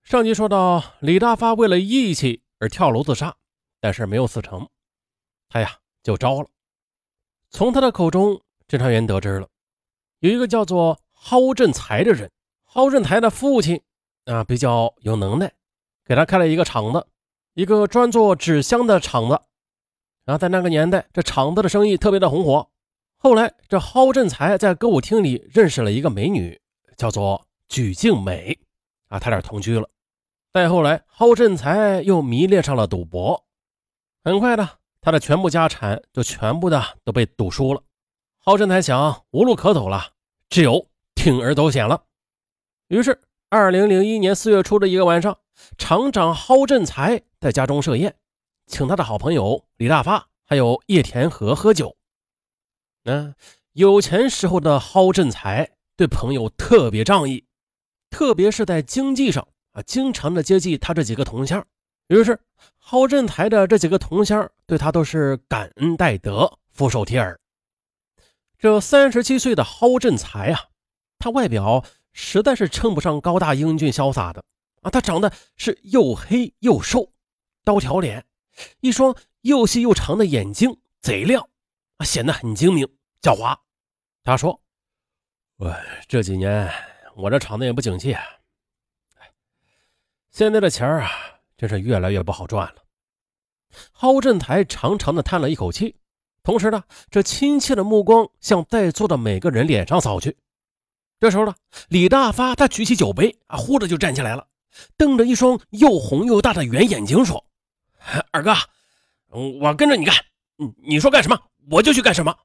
上集说到，李大发为了义气而跳楼自杀，但是没有死成，他呀就招了。从他的口中，侦查员得知了有一个叫做蒿振才的人，蒿振才的父亲比较有能耐，给他开了一个厂子，一个专做纸箱的厂子。然后在那个年代，这厂子的生意特别的红火。后来这蒿振才在歌舞厅里认识了一个美女，叫做举静美他俩同居了。再后来，蒿振才又迷恋上了赌博，很快的，他的全部家产就全部的都被赌输了。蒿振才想无路可走了，只有铤而走险了。于是2001年4月初的一个晚上，厂长蒿振才在家中设宴，请他的好朋友李大发还有叶田和喝酒。有钱时候的蒿振才对朋友特别仗义，特别是在经济上经常的接济他这几个同乡。于是蒿振才的这几个同乡对他都是感恩戴德，俯首帖耳。这37岁的蒿振才他外表实在是称不上高大英俊潇洒的他长得是又黑又瘦，刀条脸，一双又细又长的眼睛，贼亮显得很精明狡猾。他说，这几年我这厂子也不景气，现在的钱真是越来越不好赚了。蒿振才长长的叹了一口气，同时呢，这亲切的目光向在座的每个人脸上扫去。这时候呢，李大发他举起酒杯忽的就站起来了，瞪着一双又红又大的圆眼睛说，二哥，我跟着你干，你说干什么我就去干什么。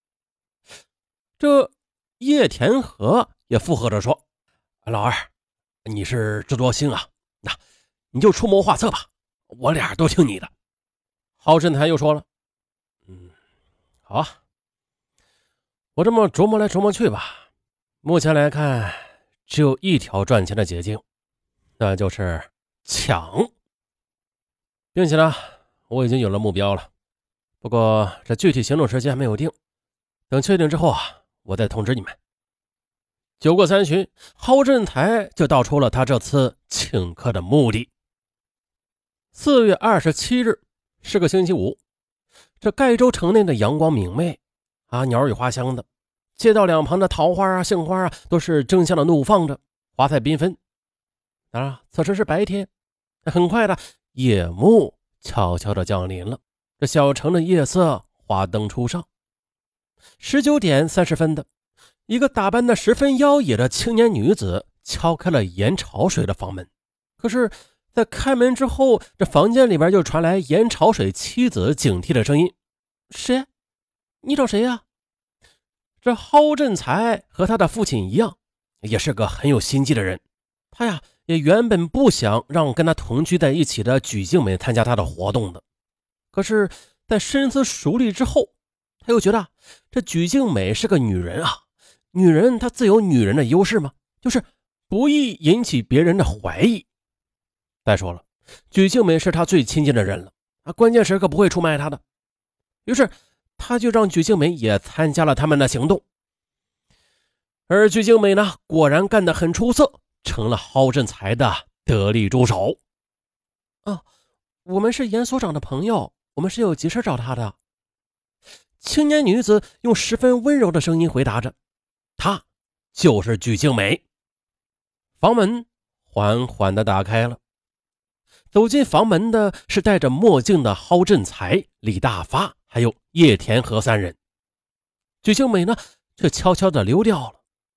这叶田和也附和着说，老二，你是智多星那你就出谋划策吧，我俩都听你的。蒿振才又说了，好我这么琢磨来琢磨去吧，目前来看只有一条赚钱的捷径，那就是抢，并且呢我已经有了目标了，不过这具体行动时间还没有定，等确定之后我再通知你们。酒过三巡，蒿振才就道出了他这次请客的目的。4月27日是个星期五，这盖州城内的阳光明媚鸟语花香的，街道两旁的桃花杏花都是争相的怒放着，花彩缤纷。当然此时是白天，很快的夜幕悄悄的降临了，这小城的夜色花灯初上。19点30分的，一个打扮的十分妖冶的青年女子敲开了严潮水的房门。可是在开门之后，这房间里边就传来严潮水妻子警惕的声音，谁？你找谁呀？这蒿振才和他的父亲一样，也是个很有心机的人，他也原本不想让跟他同居在一起的举静美参加他的活动的，可是在深思熟虑之后，他又觉得这举静美是个女人女人她自有女人的优势嘛，就是不易引起别人的怀疑。再说了，举静美是他最亲近的人了关键时刻不会出卖他的。于是他就让举静美也参加了他们的行动。而举静美呢，果然干得很出色，成了蒿振才的得力助手。我们是严所长的朋友，我们是有急事找他的。青年女子用十分温柔的声音回答着，她就是举静美。房门缓缓地打开了，走进房门的是戴着墨镜的蒿振才、李大发还有叶田和三人。举静美呢却悄悄地溜掉了。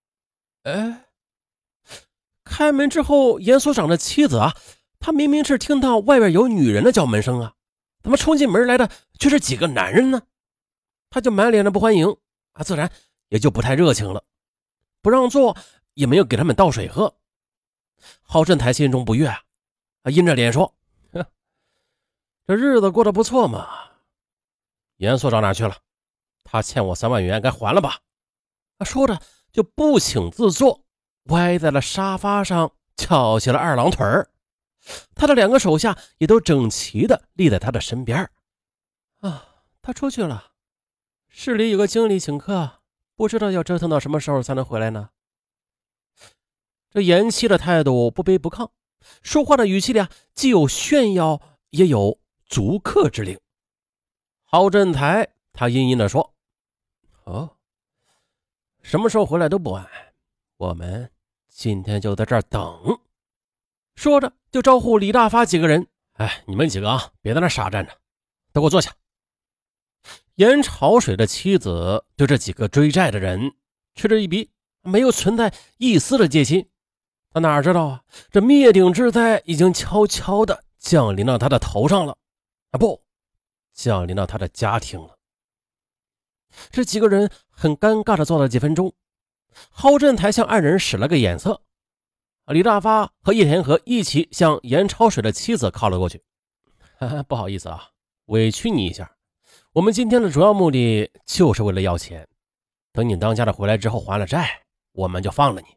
开门之后，严所长的妻子他明明是听到外边有女人的叫门声怎么冲进门来的却是几个男人呢？他就满脸的不欢迎自然也就不太热情了，不让座，也没有给他们倒水喝。蒿振才心中不悦阴着脸说，这日子过得不错嘛。严所长哪去了？他欠我3万元，该还了吧。说着就不请自坐，歪在了沙发上，翘起了二郎腿儿。他的2个手下也都整齐的立在他的身边。他出去了，市里有个经理请客，不知道要折腾到什么时候才能回来呢。这严妻的态度不卑不亢， 说话的语气里既有炫耀也有逐客之令。郝振台他阴阴地说：哦，什么时候回来都不晚，我们今天就在这儿等。说着就招呼李大发几个人：你们几个别在那傻站着，都给我坐下。严潮水的妻子对这几个追债的人嗤之以鼻，没有存在一丝的戒心。他哪知道这灭顶之灾已经悄悄地降临到他的头上了，不，降临到他的家庭了。这几个人很尴尬地坐了几分钟，郝振台向二人使了个眼色，李大发和叶天和一起向严潮水的妻子靠了过去。不好意思委屈你一下，我们今天的主要目的就是为了要钱，等你当家的回来之后还了债，我们就放了你。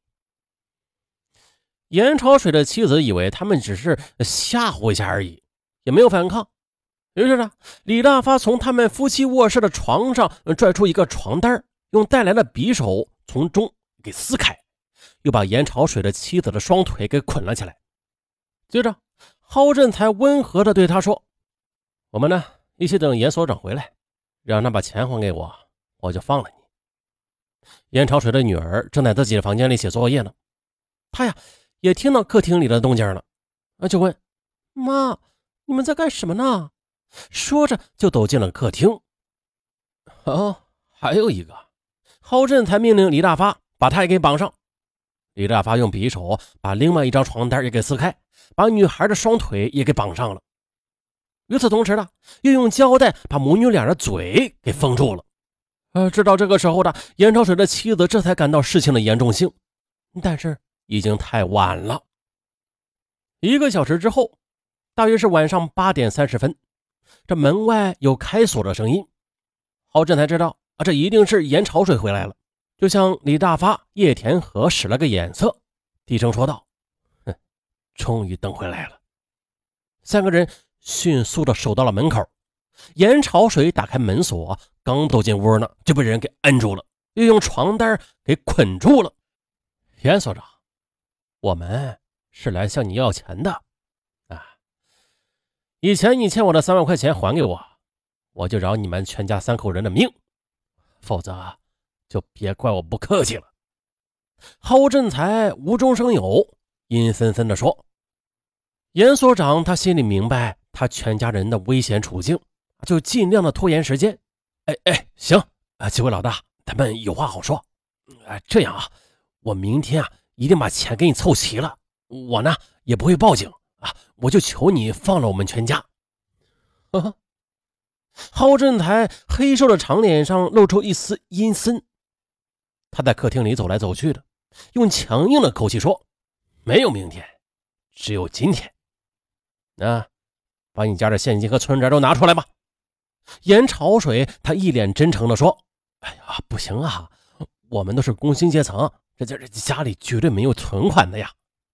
严潮水的妻子以为他们只是吓唬一下而已，也没有反抗。于是李大发从他们夫妻卧室的床上拽出一个床单，用带来的匕首从中给撕开，又把严潮水的妻子的双腿给捆了起来。接着郝振才温和地对他说：我们一起等严所长回来，让他把钱还给我，我就放了你。严潮水的女儿正在自己的房间里写作业呢，她也听到客厅里的动静了，就问：妈，你们在干什么呢？说着就走进了客厅。还有一个。郝振才命令李大发把他也给绑上。李大发用匕首把另外一张床单也给撕开，把女孩的双腿也给绑上了。与此同时又用胶带把母女俩的嘴给封住了。直到这个时候严潮水的妻子这才感到事情的严重性，但是已经太晚了。1个小时之后，大约是晚上8点30分，这门外有开锁的声音。郝振才知道这一定是严潮水回来了，就向李大发、叶田和使了个眼色，低声说道：终于等回来了。3个人迅速地守到了门口。严潮水打开门锁，刚走进屋呢，就被人给摁住了，又用床单给捆住了。严所长，我们是来向你要钱的以前你欠我的3万块钱还给我，我就饶你们全家3口人的命，否则就别怪我不客气了。郝振才无中生有，阴森森地说。严所长他心里明白他全家人的危险处境，就尽量的拖延时间。行，几位老大，咱们有话好说。这样我明天一定把钱给你凑齐了，我也不会报警我就求你放了我们全家。郝振才黑瘦的长脸上露出一丝阴森，他在客厅里走来走去的，用强硬的口气说：没有明天，只有今天。把你家的现金和存折都拿出来吧。严潮水他一脸真诚地说：不行我们都是工薪阶层，这家里绝对没有存款的呀。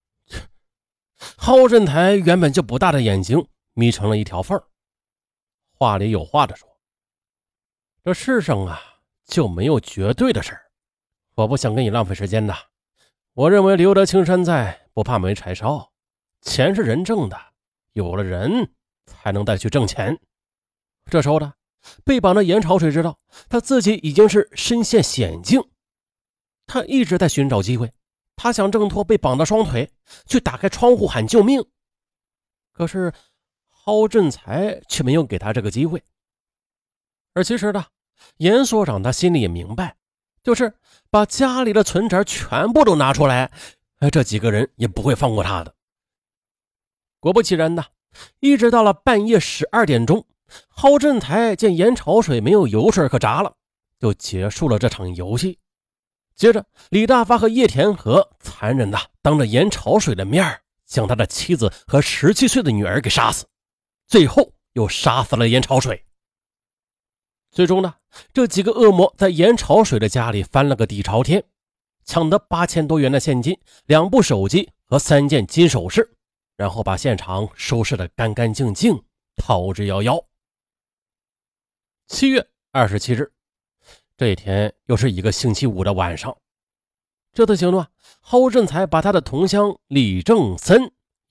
郝振台原本就不大的眼睛眯成了一条缝，话里有话的说：这世上就没有绝对的事儿，我不想跟你浪费时间的。我认为留得青山在，不怕没柴烧，钱是人挣的，有了人才能再去挣钱。这时候被绑的严潮水知道他自己已经是身陷险境，他一直在寻找机会，他想挣脱被绑的双腿，去打开窗户喊救命。可是郝振才却没有给他这个机会。而其实严所长他心里也明白，就是把家里的存折全部都拿出来，这几个人也不会放过他的。果不其然一直到了半夜12点钟，郝振才见严潮水没有油水可炸了，就结束了这场游戏。接着李大发和叶田和残忍当着严潮水的面将他的妻子和17岁的女儿给杀死，最后又杀死了严潮水。最终这几个恶魔在严潮水的家里翻了个底朝天，抢得8000多元的现金、2部手机和3件金首饰，然后把现场收拾得干干净净，逃之夭夭。7月27日，这一天又是一个星期五的晚上。这次行动郝振才把他的同乡李正森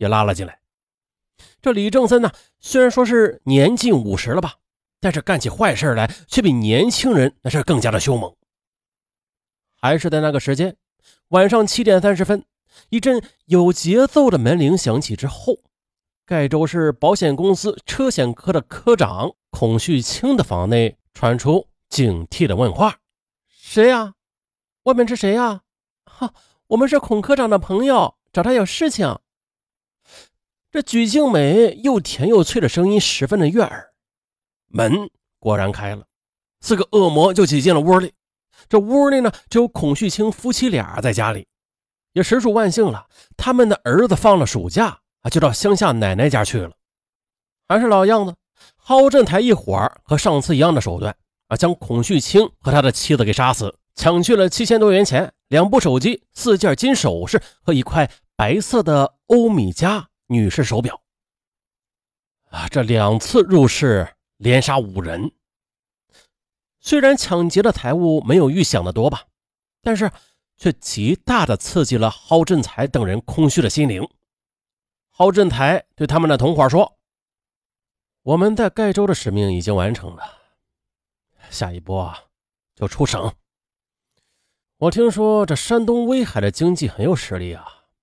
也拉了进来。这李正森呢，虽然说是年近50了吧，但是干起坏事来却比年轻人那是更加的凶猛。还是在那个时间，晚上7点30分，一阵有节奏的门铃响起之后，盖州市保险公司车险科的科长孔旭清的房内传出警惕的问话：“谁呀？外面是谁呀？”“我们是孔科长的朋友，找他有事情。”这举静美又甜又脆的声音十分的悦耳。门果然开了，4个恶魔就挤进了屋里。这屋里呢，只有孔旭清夫妻俩在家里，也实属万幸了，他们的儿子放了暑假就到乡下奶奶家去了。还是老样子，蒿振台一伙儿和上次一样的手段将孔旭清和他的妻子给杀死，抢去了7000多元钱、2部手机、4件金首饰和一块白色的欧米茄女士手表。这2次入室连杀5人。虽然抢劫的财物没有预想的多吧，但是却极大的刺激了蒿振才等人空虚的心灵。蒿振台对他们的同伙说：“我们在盖州的使命已经完成了，下一波就出省。我听说这山东威海的经济很有实力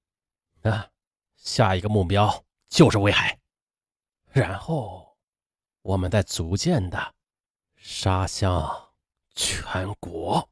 下一个目标就是威海，然后我们再逐渐的杀向全国。”